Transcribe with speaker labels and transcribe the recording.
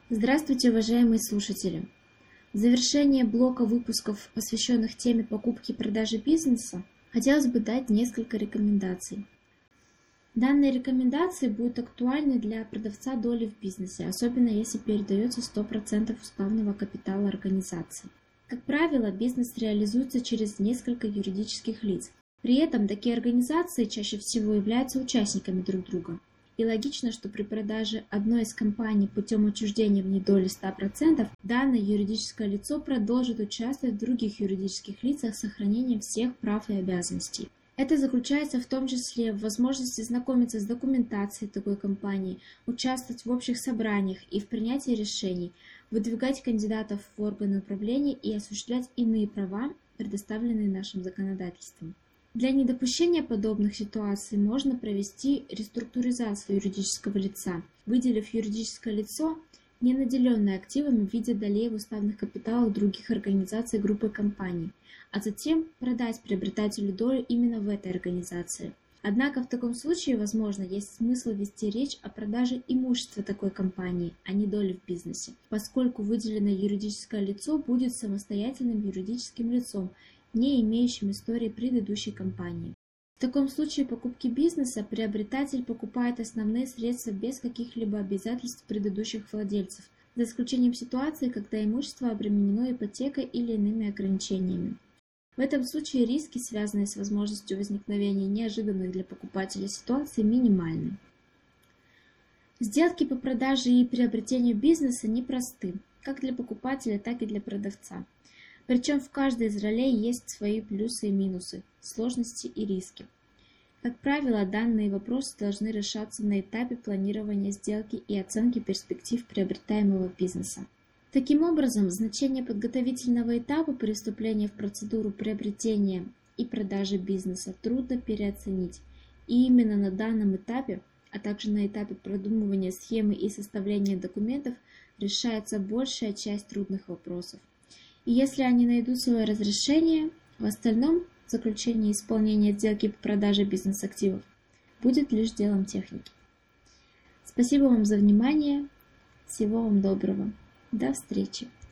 Speaker 1: Здравствуйте, уважаемые слушатели! В завершение блока выпусков, посвященных теме покупки и продажи бизнеса, хотелось бы дать несколько рекомендаций. Данные рекомендации будут актуальны для продавца доли в бизнесе, особенно если передается 100% уставного капитала организации. Как правило, бизнес реализуется через несколько юридических лиц. При этом такие организации чаще всего являются участниками друг друга. И логично, что при продаже одной из компаний путем отчуждения в ней доли 100%, данное юридическое лицо продолжит участвовать в других юридических лицах с сохранением всех прав и обязанностей. Это заключается в том числе в возможности знакомиться с документацией такой компании, участвовать в общих собраниях и в принятии решений, выдвигать кандидатов в органы управления и осуществлять иные права, предоставленные нашим законодательством. Для недопущения подобных ситуаций можно провести реструктуризацию юридического лица, выделив юридическое лицо, не наделенное активами в виде долей в уставных капиталах других организаций группы компаний, а затем продать приобретателю долю именно в этой организации. Однако в таком случае, возможно, есть смысл вести речь о продаже имущества такой компании, а не доли в бизнесе, поскольку выделенное юридическое лицо будет самостоятельным юридическим лицом, не имеющим истории предыдущей компании. В таком случае покупки бизнеса приобретатель покупает основные средства без каких-либо обязательств предыдущих владельцев, за исключением ситуации, когда имущество обременено ипотекой или иными ограничениями. В этом случае риски, связанные с возможностью возникновения неожиданных для покупателя ситуаций, минимальны. Сделки по продаже и приобретению бизнеса непросты, как для покупателя, так и для продавца. Причем в каждой из ролей есть свои плюсы и минусы, сложности и риски. Как правило, данные вопросы должны решаться на этапе планирования сделки и оценки перспектив приобретаемого бизнеса. Таким образом, значение подготовительного этапа при вступлении в процедуру приобретения и продажи бизнеса трудно переоценить, и именно на данном этапе, а также на этапе продумывания схемы и составления документов решается большая часть трудных вопросов. И если они найдут свое разрешение, в остальном заключение и исполнение сделки по продаже бизнес-активов будет лишь делом техники. Спасибо вам за внимание. Всего вам доброго. До встречи.